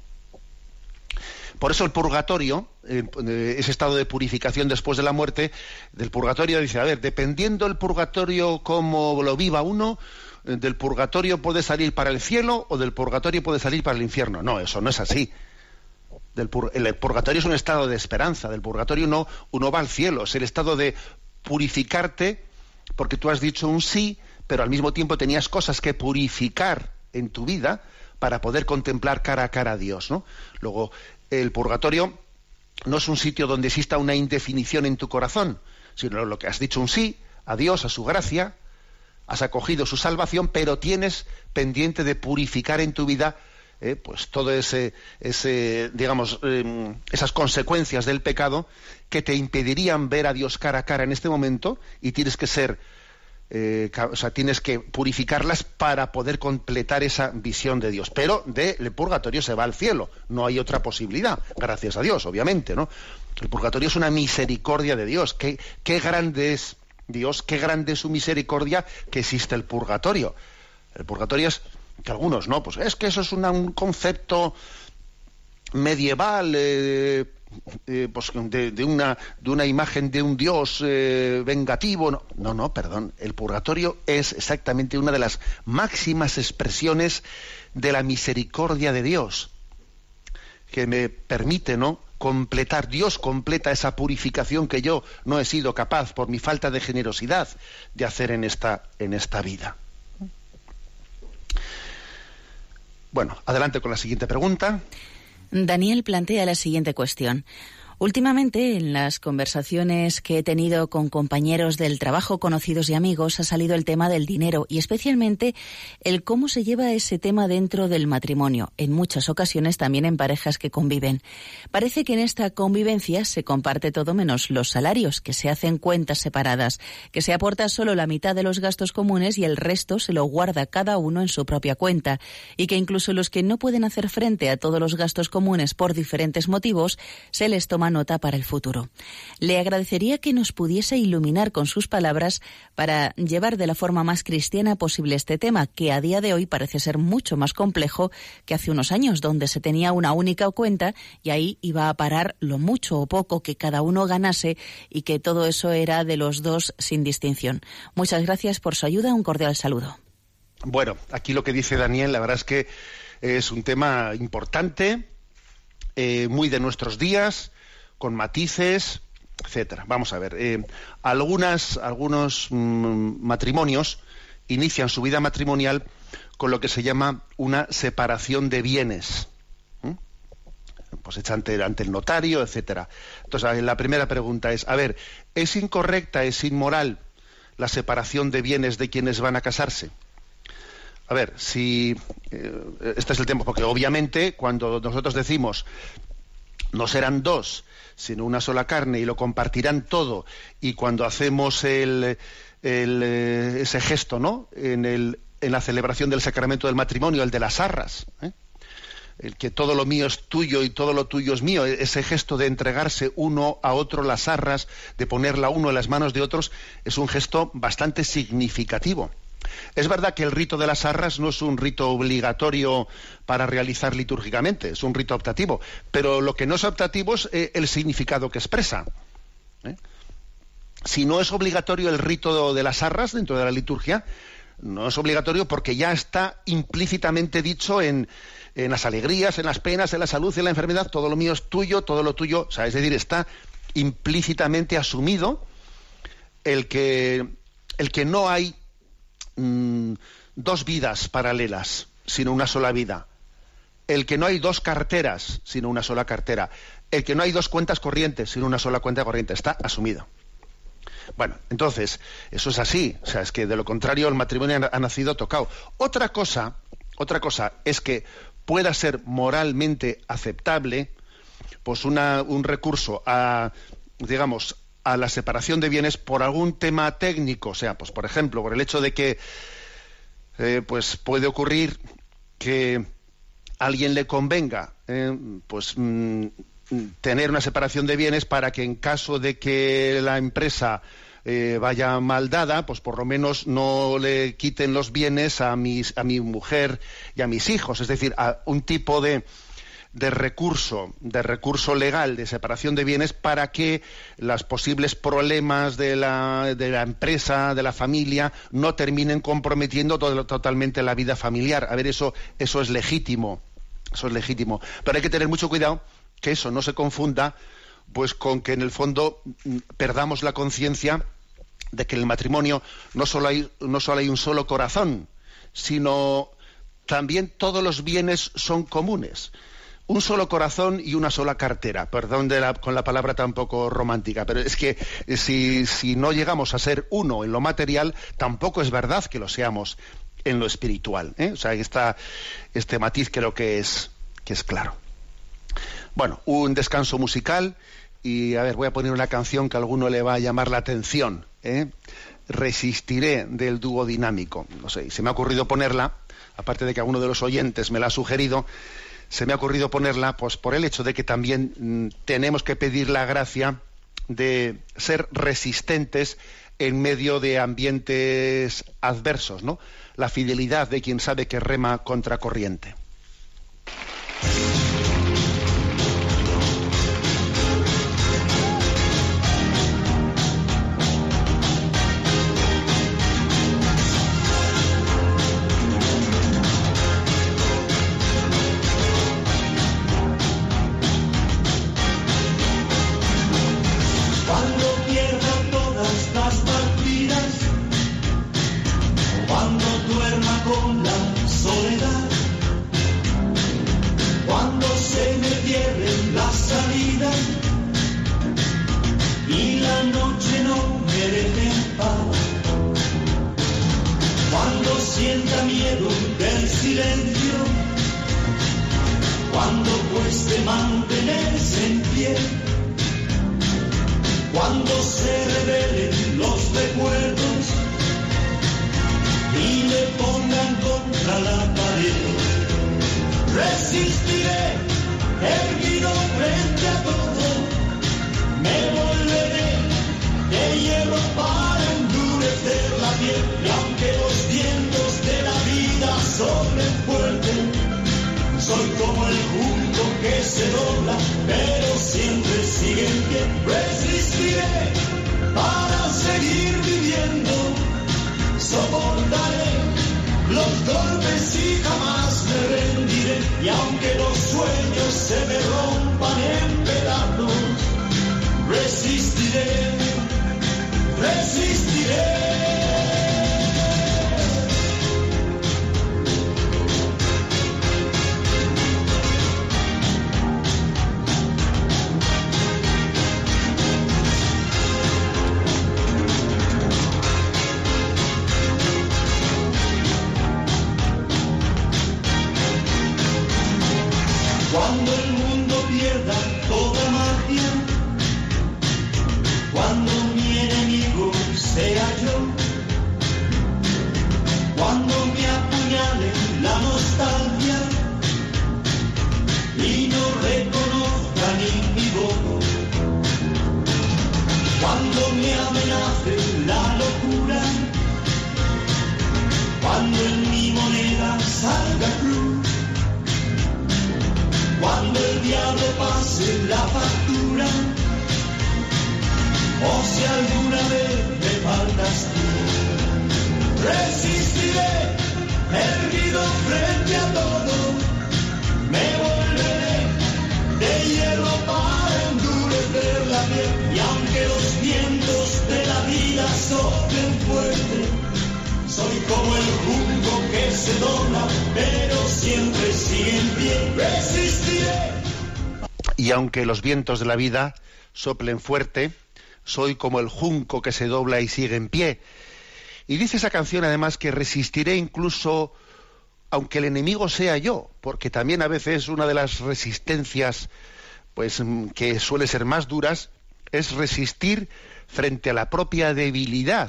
Por eso el purgatorio, eh, ese estado de purificación después de la muerte, del purgatorio dice, a ver, dependiendo el purgatorio como lo viva uno, del purgatorio puede salir para el cielo o del purgatorio puede salir para el infierno. No, eso no es así. Del pur- el purgatorio es un estado de esperanza. Del purgatorio uno, uno va al cielo. Es el estado de purificarte porque tú has dicho un sí, pero al mismo tiempo tenías cosas que purificar en tu vida para poder contemplar cara a cara a Dios, ¿no? Luego, el purgatorio no es un sitio donde exista una indefinición en tu corazón, sino lo que has dicho un sí a Dios, a su gracia, has acogido su salvación, pero tienes pendiente de purificar en tu vida eh, pues todo ese, ese digamos, eh, esas consecuencias del pecado que te impedirían ver a Dios cara a cara en este momento, y tienes que ser, eh, o sea, tienes que purificarlas para poder completar esa visión de Dios. Pero del purgatorio se va al cielo, no hay otra posibilidad, gracias a Dios, obviamente, ¿no? El purgatorio es una misericordia de Dios. Qué, qué grande es Dios, qué grande es su misericordia que existe el purgatorio. El purgatorio es, que algunos, no, pues es que eso es una, un concepto medieval, eh, eh, pues de, de, una, de una imagen de un Dios eh, vengativo. No, no, no, perdón. El purgatorio es exactamente una de las máximas expresiones de la misericordia de Dios, que me permite, ¿no?, completar. Dios completa esa purificación que yo no he sido capaz, por mi falta de generosidad, de hacer en esta, en esta vida. Bueno, adelante con la siguiente pregunta. Daniel plantea la siguiente cuestión. Últimamente, en las conversaciones que he tenido con compañeros del trabajo, conocidos y amigos, ha salido el tema del dinero y especialmente el cómo se lleva ese tema dentro del matrimonio, en muchas ocasiones también en parejas que conviven. Parece que en esta convivencia se comparte todo menos los salarios, que se hacen cuentas separadas, que se aporta solo la mitad de los gastos comunes y el resto se lo guarda cada uno en su propia cuenta, y que incluso los que no pueden hacer frente a todos los gastos comunes por diferentes motivos, se les toma nota para el futuro. Le agradecería que nos pudiese iluminar con sus palabras para llevar de la forma más cristiana posible este tema, que a día de hoy parece ser mucho más complejo que hace unos años, donde se tenía una única cuenta y ahí iba a parar lo mucho o poco que cada uno ganase y que todo eso era de los dos sin distinción. Muchas gracias por su ayuda. Un cordial saludo. Bueno, aquí lo que dice Daniel, la verdad es que es un tema importante, eh, muy de nuestros días, con matices, etcétera. Vamos a ver, eh, algunas, algunos mmm, matrimonios inician su vida matrimonial con lo que se llama una separación de bienes. ¿Mm? Pues hecha ante, ante el notario, etcétera. Entonces, la primera pregunta es, a ver, ¿es incorrecta, es inmoral la separación de bienes de quienes van a casarse? A ver, si... Eh, este es el tema, porque obviamente cuando nosotros decimos no serán dos, sino una sola carne, y lo compartirán todo, y cuando hacemos el, el, ese gesto, ¿no?, en, el, en la celebración del sacramento del matrimonio, el de las arras, ¿eh?, el que todo lo mío es tuyo y todo lo tuyo es mío, ese gesto de entregarse uno a otro las arras, de ponerla uno en las manos de otros, es un gesto bastante significativo. Es verdad que el rito de las arras no es un rito obligatorio para realizar litúrgicamente, es un rito optativo, pero lo que no es optativo es eh, el significado que expresa. ¿eh? Si no es obligatorio el rito de las arras dentro de la liturgia, no es obligatorio porque ya está implícitamente dicho en, en las alegrías, en las penas, en la salud, en la enfermedad, todo lo mío es tuyo, todo lo tuyo, o sea, es decir, está implícitamente asumido el que, el que no hay mm, dos vidas paralelas, sino una sola vida. El que no hay dos carteras, sino una sola cartera. El que no hay dos cuentas corrientes, sino una sola cuenta corriente. Está asumido. Bueno, entonces, eso es así. O sea, es que de lo contrario el matrimonio ha nacido tocado. Otra cosa, otra cosa es que pueda ser moralmente aceptable pues una, un recurso a, digamos, a la separación de bienes por algún tema técnico, o sea, pues por ejemplo, por el hecho de que eh, pues puede ocurrir que a alguien le convenga eh, pues mm, tener una separación de bienes para que en caso de que la empresa eh, vaya mal dada, pues por lo menos no le quiten los bienes a mis a mi mujer y a mis hijos, es decir, a un tipo de de recurso, de recurso legal de separación de bienes para que los posibles problemas de la, de la empresa, de la familia, no terminen comprometiendo todo, totalmente la vida familiar. A ver, eso, eso es legítimo, eso es legítimo. Pero hay que tener mucho cuidado que eso no se confunda pues con que en el fondo perdamos la conciencia de que en el matrimonio no solo hay, no solo hay un solo corazón, sino también todos los bienes son comunes. Un solo corazón y una sola cartera, perdón de la, con la palabra tan poco romántica, pero es que si, si no llegamos a ser uno en lo material, tampoco es verdad que lo seamos en lo espiritual, ¿eh? O sea, esta, este matiz creo que es, que es claro. Bueno, un descanso musical y, a ver, voy a poner una canción que a alguno le va a llamar la atención, ¿eh? Resistiré, del dúo Dinámico. No sé, se me ha ocurrido ponerla, aparte de que alguno de los oyentes me la ha sugerido, se me ha ocurrido ponerla pues por el hecho de que también mmm, tenemos que pedir la gracia de ser resistentes en medio de ambientes adversos, ¿no? La fidelidad de quien sabe que rema contracorriente. Y aunque los vientos de la vida soplen fuerte, soy como el junco que se dobla y sigue en pie. Y dice esa canción además que resistiré incluso aunque el enemigo sea yo, porque también a veces una de las resistencias pues que suele ser más duras, es resistir frente a la propia debilidad,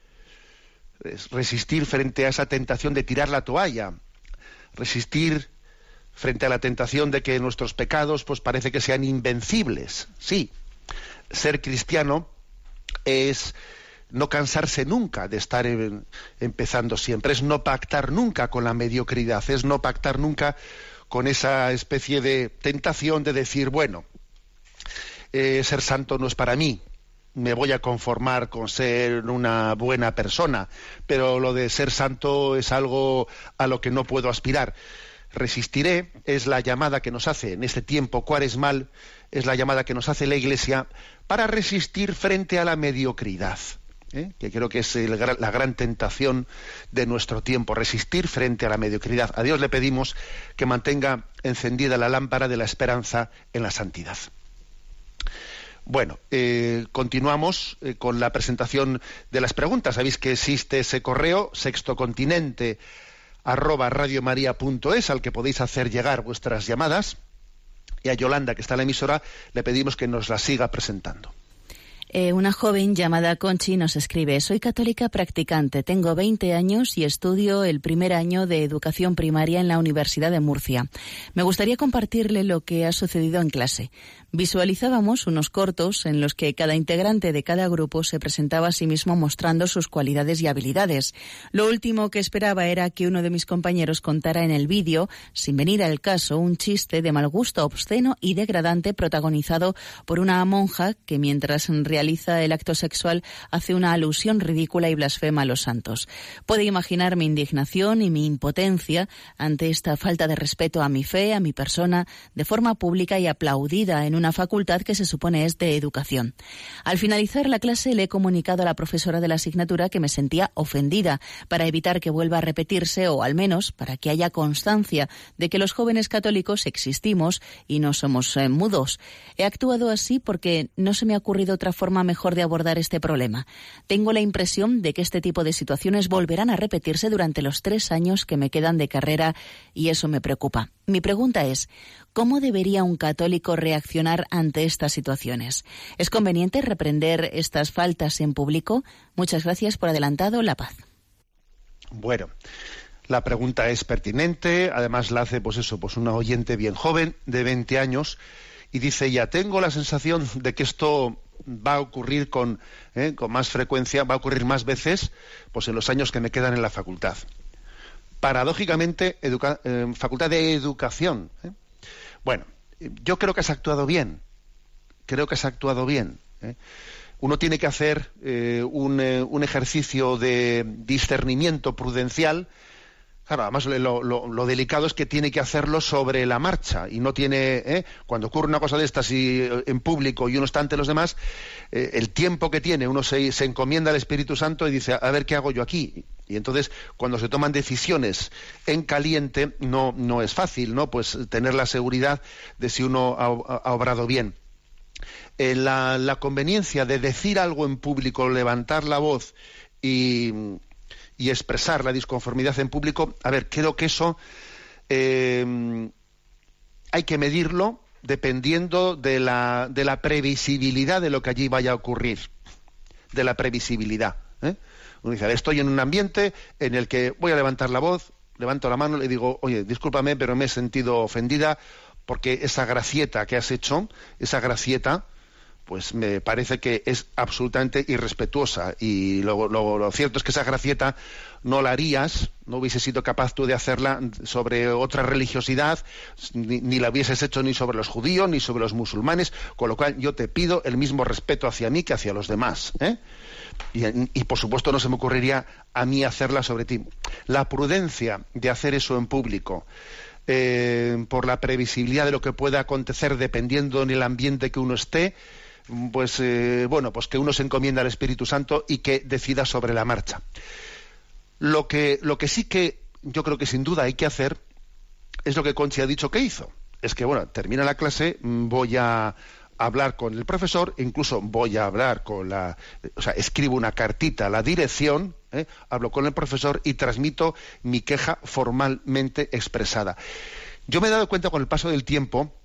es resistir frente a esa tentación de tirar la toalla, resistir frente a la tentación de que nuestros pecados pues parece que sean invencibles. Sí, ser cristiano es no cansarse nunca de estar en, empezando siempre, es no pactar nunca con la mediocridad, es no pactar nunca con esa especie de tentación de decir, bueno, eh, ser santo no es para mí, me voy a conformar con ser una buena persona, pero lo de ser santo es algo a lo que no puedo aspirar. Resistiré es la llamada que nos hace en este tiempo cuaresmal, es la llamada que nos hace la Iglesia para resistir frente a la mediocridad, ¿eh? que creo que es el, la gran tentación de nuestro tiempo, resistir frente a la mediocridad. A Dios le pedimos que mantenga encendida la lámpara de la esperanza en la santidad. Bueno, eh, continuamos eh, con la presentación de las preguntas. Sabéis que existe ese correo, sextocontinente arroba radiomaria.es, al que podéis hacer llegar vuestras llamadas, y a Yolanda, que está en la emisora, le pedimos que nos la siga presentando. Eh, una joven llamada Conchi nos escribe: soy católica practicante, tengo veinte años y estudio el primer año de educación primaria en la Universidad de Murcia. Me gustaría compartirle lo que ha sucedido en clase. Visualizábamos unos cortos en los que cada integrante de cada grupo se presentaba a sí mismo mostrando sus cualidades y habilidades. Lo último que esperaba era que uno de mis compañeros contara en el vídeo, sin venir al caso, un chiste de mal gusto, obsceno y degradante protagonizado por una monja que, mientras realiza el acto sexual, hace una alusión ridícula y blasfema a los santos. Puede imaginar mi indignación y mi impotencia ante esta falta de respeto a mi fe, a mi persona, de forma pública y aplaudida en una facultad que se supone es de educación. Al finalizar la clase le he comunicado a la profesora de la asignatura que me sentía ofendida, para evitar que vuelva a repetirse, o al menos para que haya constancia de que los jóvenes católicos existimos y no somos eh, mudos. He actuado así porque no se me ha ocurrido otra forma mejor de abordar este problema. Tengo la impresión de que este tipo de situaciones volverán a repetirse durante los tres años que me quedan de carrera, y eso me preocupa. Mi pregunta es: ¿cómo debería un católico reaccionar ante estas situaciones? ¿Es conveniente reprender estas faltas en público? Muchas gracias por adelantado. La paz. Bueno, la pregunta es pertinente, además la hace pues eso, pues una oyente bien joven, de veinte años, y dice: ya tengo la sensación de que esto va a ocurrir con, eh, con más frecuencia, va a ocurrir más veces pues en los años que me quedan en la facultad. Paradójicamente, educa- eh, facultad de educación. ¿eh? Bueno, yo creo que has actuado bien, creo que has actuado bien. ¿eh? Uno tiene que hacer eh, un, eh, un ejercicio de discernimiento prudencial. Claro, además lo, lo, lo delicado es que tiene que hacerlo sobre la marcha, y no tiene, ¿eh? cuando ocurre una cosa de estas y en público y uno está ante los demás, eh, el tiempo que tiene, uno se, se encomienda al Espíritu Santo y dice: a ver qué hago yo aquí. Y entonces, cuando se toman decisiones en caliente, no, no es fácil, ¿no? Pues tener la seguridad de si uno ha, ha obrado bien. Eh, la, la conveniencia de decir algo en público, levantar la voz y, y expresar la disconformidad en público, a ver, creo que eso eh, hay que medirlo dependiendo de la, de la previsibilidad de lo que allí vaya a ocurrir, de la previsibilidad, ¿eh? Uno dice: estoy en un ambiente en el que voy a levantar la voz, levanto la mano, le digo: oye, discúlpame, pero me he sentido ofendida porque esa gracieta que has hecho, esa gracieta, pues me parece que es absolutamente irrespetuosa, y lo, lo, lo cierto es que esa gracieta no la harías, no hubieses sido capaz tú de hacerla sobre otra religiosidad, ni, ni la hubieses hecho ni sobre los judíos ni sobre los musulmanes, con lo cual yo te pido el mismo respeto hacia mí que hacia los demás, ¿eh? y, y por supuesto no se me ocurriría a mí hacerla sobre ti. La prudencia de hacer eso en público, eh, por la previsibilidad de lo que pueda acontecer dependiendo en el ambiente que uno esté, pues eh, bueno, pues que uno se encomienda al Espíritu Santo y que decida sobre la marcha. Lo que, lo que sí que yo creo que sin duda hay que hacer es lo que Conchi ha dicho que hizo. Es que, bueno, termina la clase, voy a hablar con el profesor, incluso voy a hablar con la... O sea, escribo una cartita a la dirección, ¿eh? hablo con el profesor y transmito mi queja formalmente expresada. Yo me he dado cuenta con el paso del tiempo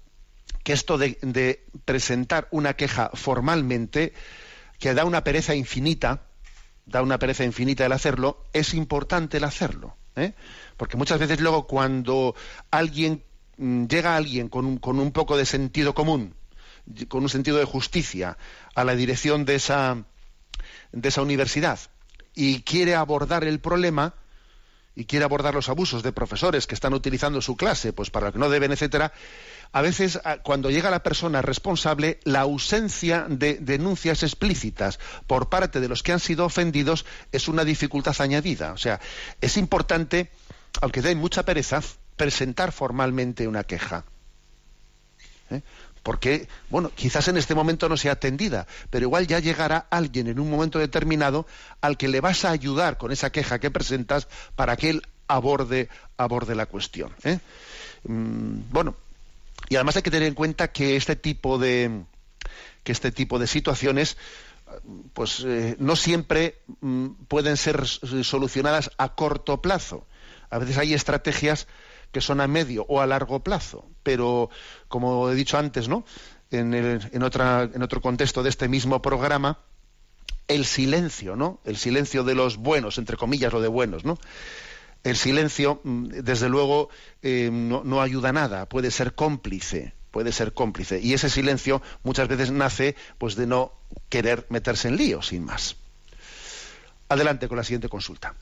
que esto de, de presentar una queja formalmente, que da una pereza infinita, da una pereza infinita el hacerlo, es importante el hacerlo, ¿eh? Porque muchas veces luego cuando alguien llega alguien con un, con un poco de sentido común, con un sentido de justicia, a la dirección de esa, de esa universidad y quiere abordar el problema, y quiere abordar los abusos de profesores que están utilizando su clase pues para lo que no deben, etcétera, a veces cuando llega la persona responsable, la ausencia de denuncias explícitas por parte de los que han sido ofendidos es una dificultad añadida. O sea, es importante, aunque dé mucha pereza, presentar formalmente una queja. ¿Eh? Porque, bueno, quizás en este momento no sea atendida, pero igual ya llegará alguien en un momento determinado al que le vas a ayudar con esa queja que presentas para que él aborde, aborde la cuestión. ¿eh? Mm, bueno, y además hay que tener en cuenta que este tipo de, que este tipo de situaciones pues eh, no siempre mm, pueden ser solucionadas a corto plazo. A veces hay estrategias que son a medio o a largo plazo, pero como he dicho antes, ¿no? En, el, en, otra, en otro contexto de este mismo programa, el silencio, ¿no? El silencio de los buenos, entre comillas, lo de buenos, ¿no? El silencio, desde luego, eh, no, no ayuda a nada, puede ser cómplice, puede ser cómplice, y ese silencio muchas veces nace, pues, de no querer meterse en lío, sin más. Adelante con la siguiente consulta.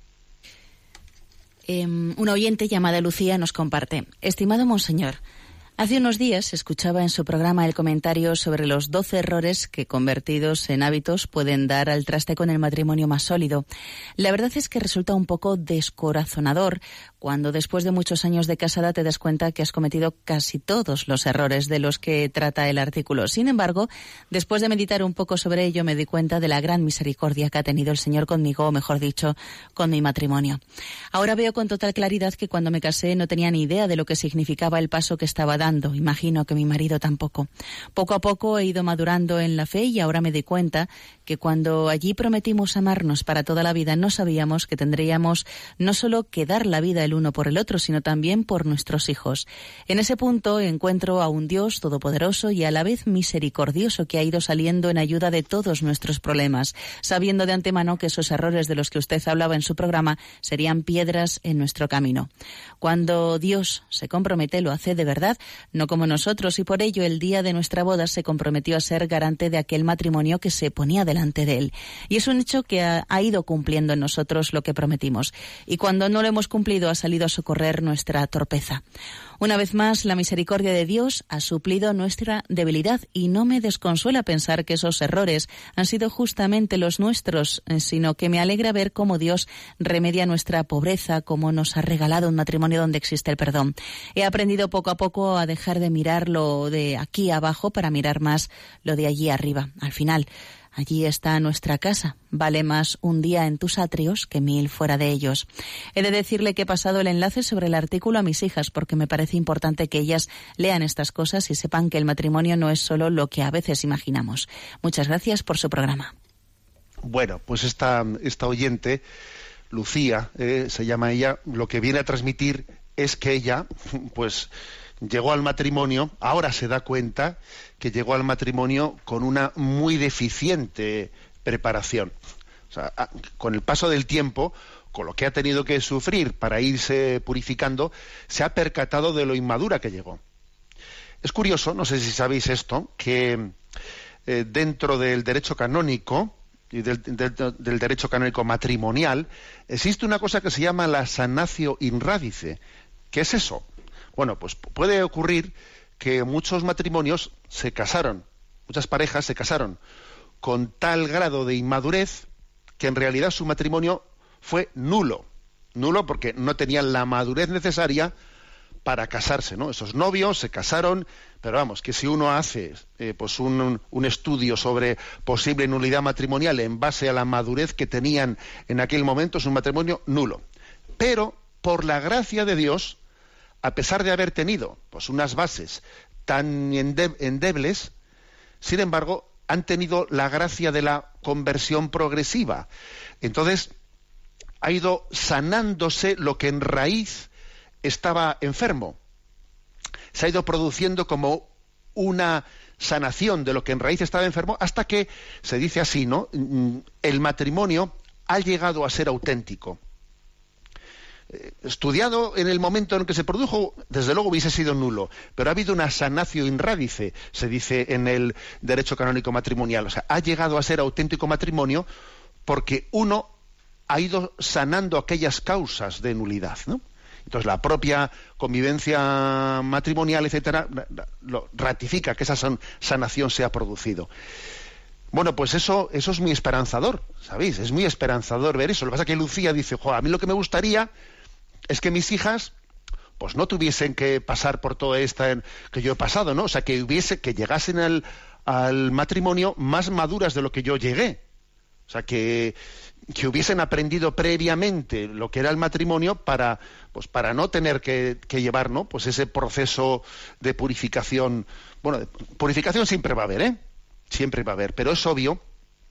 Eh, una oyente llamada Lucía nos comparte: estimado monseñor, hace unos días escuchaba en su programa el comentario sobre los doce errores que, convertidos en hábitos, pueden dar al traste con el matrimonio más sólido. La verdad es que resulta un poco descorazonador cuando después de muchos años de casada te das cuenta que has cometido casi todos los errores de los que trata el artículo. Sin embargo, después de meditar un poco sobre ello, me di cuenta de la gran misericordia que ha tenido el Señor conmigo, o mejor dicho, con mi matrimonio. Ahora veo con total claridad que cuando me casé no tenía ni idea de lo que significaba el paso que estaba dando. Imagino que mi marido tampoco. Poco a poco he ido madurando en la fe y ahora me di cuenta que cuando allí prometimos amarnos para toda la vida, no sabíamos que tendríamos no solo que dar la vida el uno por el otro, sino también por nuestros hijos. En ese punto encuentro a un Dios todopoderoso y a la vez misericordioso que ha ido saliendo en ayuda de todos nuestros problemas, sabiendo de antemano que esos errores de los que usted hablaba en su programa serían piedras en nuestro camino. Cuando Dios se compromete, lo hace de verdad, no como nosotros, y por ello el día de nuestra boda se comprometió a ser garante de aquel matrimonio que se ponía delante de él. Y es un hecho que ha, ha ido cumpliendo en nosotros lo que prometimos. Y cuando no lo hemos cumplido, ha salido a socorrer nuestra torpeza. Una vez más, la misericordia de Dios ha suplido nuestra debilidad y no me desconsuela pensar que esos errores han sido justamente los nuestros, sino que me alegra ver cómo Dios remedia nuestra pobreza, cómo nos ha regalado un matrimonio donde existe el perdón. He aprendido poco a poco a dejar de mirar lo de aquí abajo para mirar más lo de allí arriba. Al final, allí está nuestra casa. Vale más un día en tus atrios que mil fuera de ellos. He de decirle que he pasado el enlace sobre el artículo a mis hijas porque me parece importante que ellas lean estas cosas y sepan que el matrimonio no es solo lo que a veces imaginamos. Muchas gracias por su programa. Bueno, pues esta, esta oyente, Lucía, eh, se llama ella, lo que viene a transmitir es que ella, pues, llegó al matrimonio, ahora se da cuenta que llegó al matrimonio con una muy deficiente preparación. O sea, con el paso del tiempo, con lo que ha tenido que sufrir para irse purificando, se ha percatado de lo inmadura que llegó. Es curioso, no sé si sabéis esto, que eh, dentro del derecho canónico y del, del, del derecho canónico matrimonial existe una cosa que se llama la sanatio in radice. ¿Qué es eso? Bueno, pues puede ocurrir que muchos matrimonios se casaron, muchas parejas se casaron con tal grado de inmadurez que en realidad su matrimonio fue nulo. Nulo porque no tenían la madurez necesaria para casarse, ¿no? Esos novios se casaron, pero vamos, que si uno hace eh, pues un, un estudio sobre posible nulidad matrimonial en base a la madurez que tenían en aquel momento, es un matrimonio nulo. Pero, por la gracia de Dios, a pesar de haber tenido pues unas bases tan ende- endebles, sin embargo, han tenido la gracia de la conversión progresiva. Entonces, ha ido sanándose lo que en raíz estaba enfermo. se ha ido produciendo como una sanación de lo que en raíz estaba enfermo, hasta que se dice así, ¿no? El matrimonio ha llegado a ser auténtico. Eh, estudiado en el momento en que se produjo, desde luego hubiese sido nulo, pero ha habido una sanatio in radice, se dice en el derecho canónico matrimonial. O sea, ha llegado a ser auténtico matrimonio porque uno ha ido sanando aquellas causas de nulidad, ¿no? Entonces la propia convivencia matrimonial, etcétera, lo ratifica que esa san, sanación se ha producido. Bueno, pues eso, eso es muy esperanzador, ¿sabéis? Es muy esperanzador ver eso. Lo que pasa es que Lucía dice, jo, a mí lo que me gustaría es que mis hijas pues no tuviesen que pasar por todo esto que yo he pasado, ¿no? O sea, que hubiese, que llegasen al, al matrimonio más maduras de lo que yo llegué. O sea, que, que hubiesen aprendido previamente lo que era el matrimonio para, pues para no tener que, que llevar, ¿no? Pues ese proceso de purificación. Bueno, de purificación siempre va a haber, ¿eh? Siempre va a haber, pero es obvio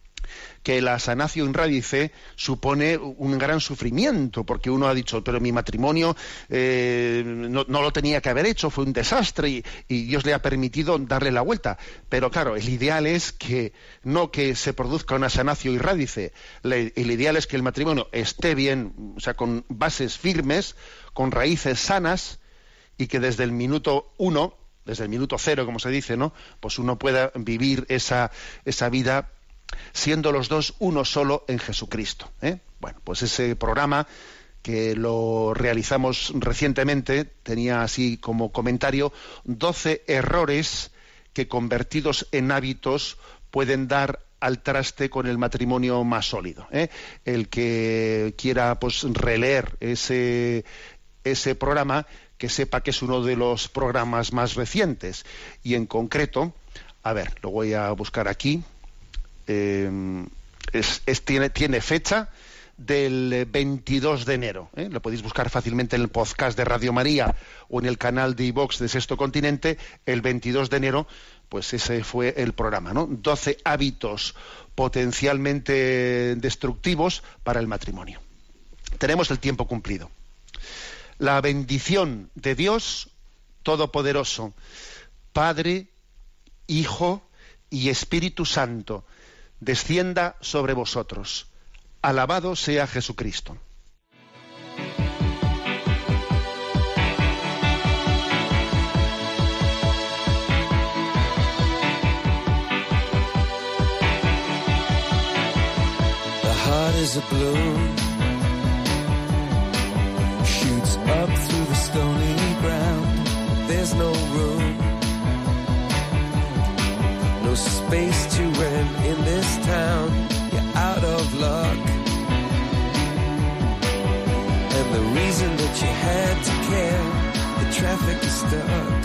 que la sanatio in radice supone un gran sufrimiento, porque uno ha dicho, pero mi matrimonio eh, no, no lo tenía que haber hecho, fue un desastre y, y Dios le ha permitido darle la vuelta. Pero claro, el ideal es que no que se produzca una sanatio in radice, le, el ideal es que el matrimonio esté bien, o sea, con bases firmes, con raíces sanas, y que desde el minuto uno, desde el minuto cero, como se dice, ¿no? Pues uno pueda vivir esa, esa vida siendo los dos uno solo en Jesucristo, ¿eh? Bueno, pues ese programa que lo realizamos recientemente tenía así como comentario doce errores que convertidos en hábitos pueden dar al traste con el matrimonio más sólido, ¿eh? El que quiera pues releer ese, ese programa, que sepa que es uno de los programas más recientes. Y en concreto, a ver, lo voy a buscar aquí, eh, es, es, tiene, tiene fecha del veintidós de enero, ¿eh? Lo podéis buscar fácilmente en el podcast de Radio María o en el canal de iVox de Sexto Continente. El veintidós de enero, pues ese fue el programa, ¿no? doce hábitos potencialmente destructivos para el matrimonio. Tenemos el tiempo cumplido. La bendición de Dios Todopoderoso, Padre, Hijo y Espíritu Santo, descienda sobre vosotros. Alabado sea Jesucristo. The heart is a balloon, shoots up through the stony ground. There's no room, no space to rent in this town. You're out of luck, and the reason that you had to care, the traffic is stuck,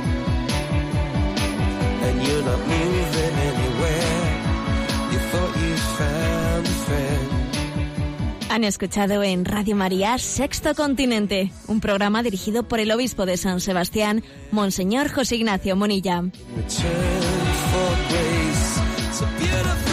and you're not moving anywhere. You thought you found a friend. Han escuchado en Radio María Sexto Continente, un programa dirigido por el obispo de San Sebastián, Monseñor José Ignacio Munilla. Return for grace, so beautiful.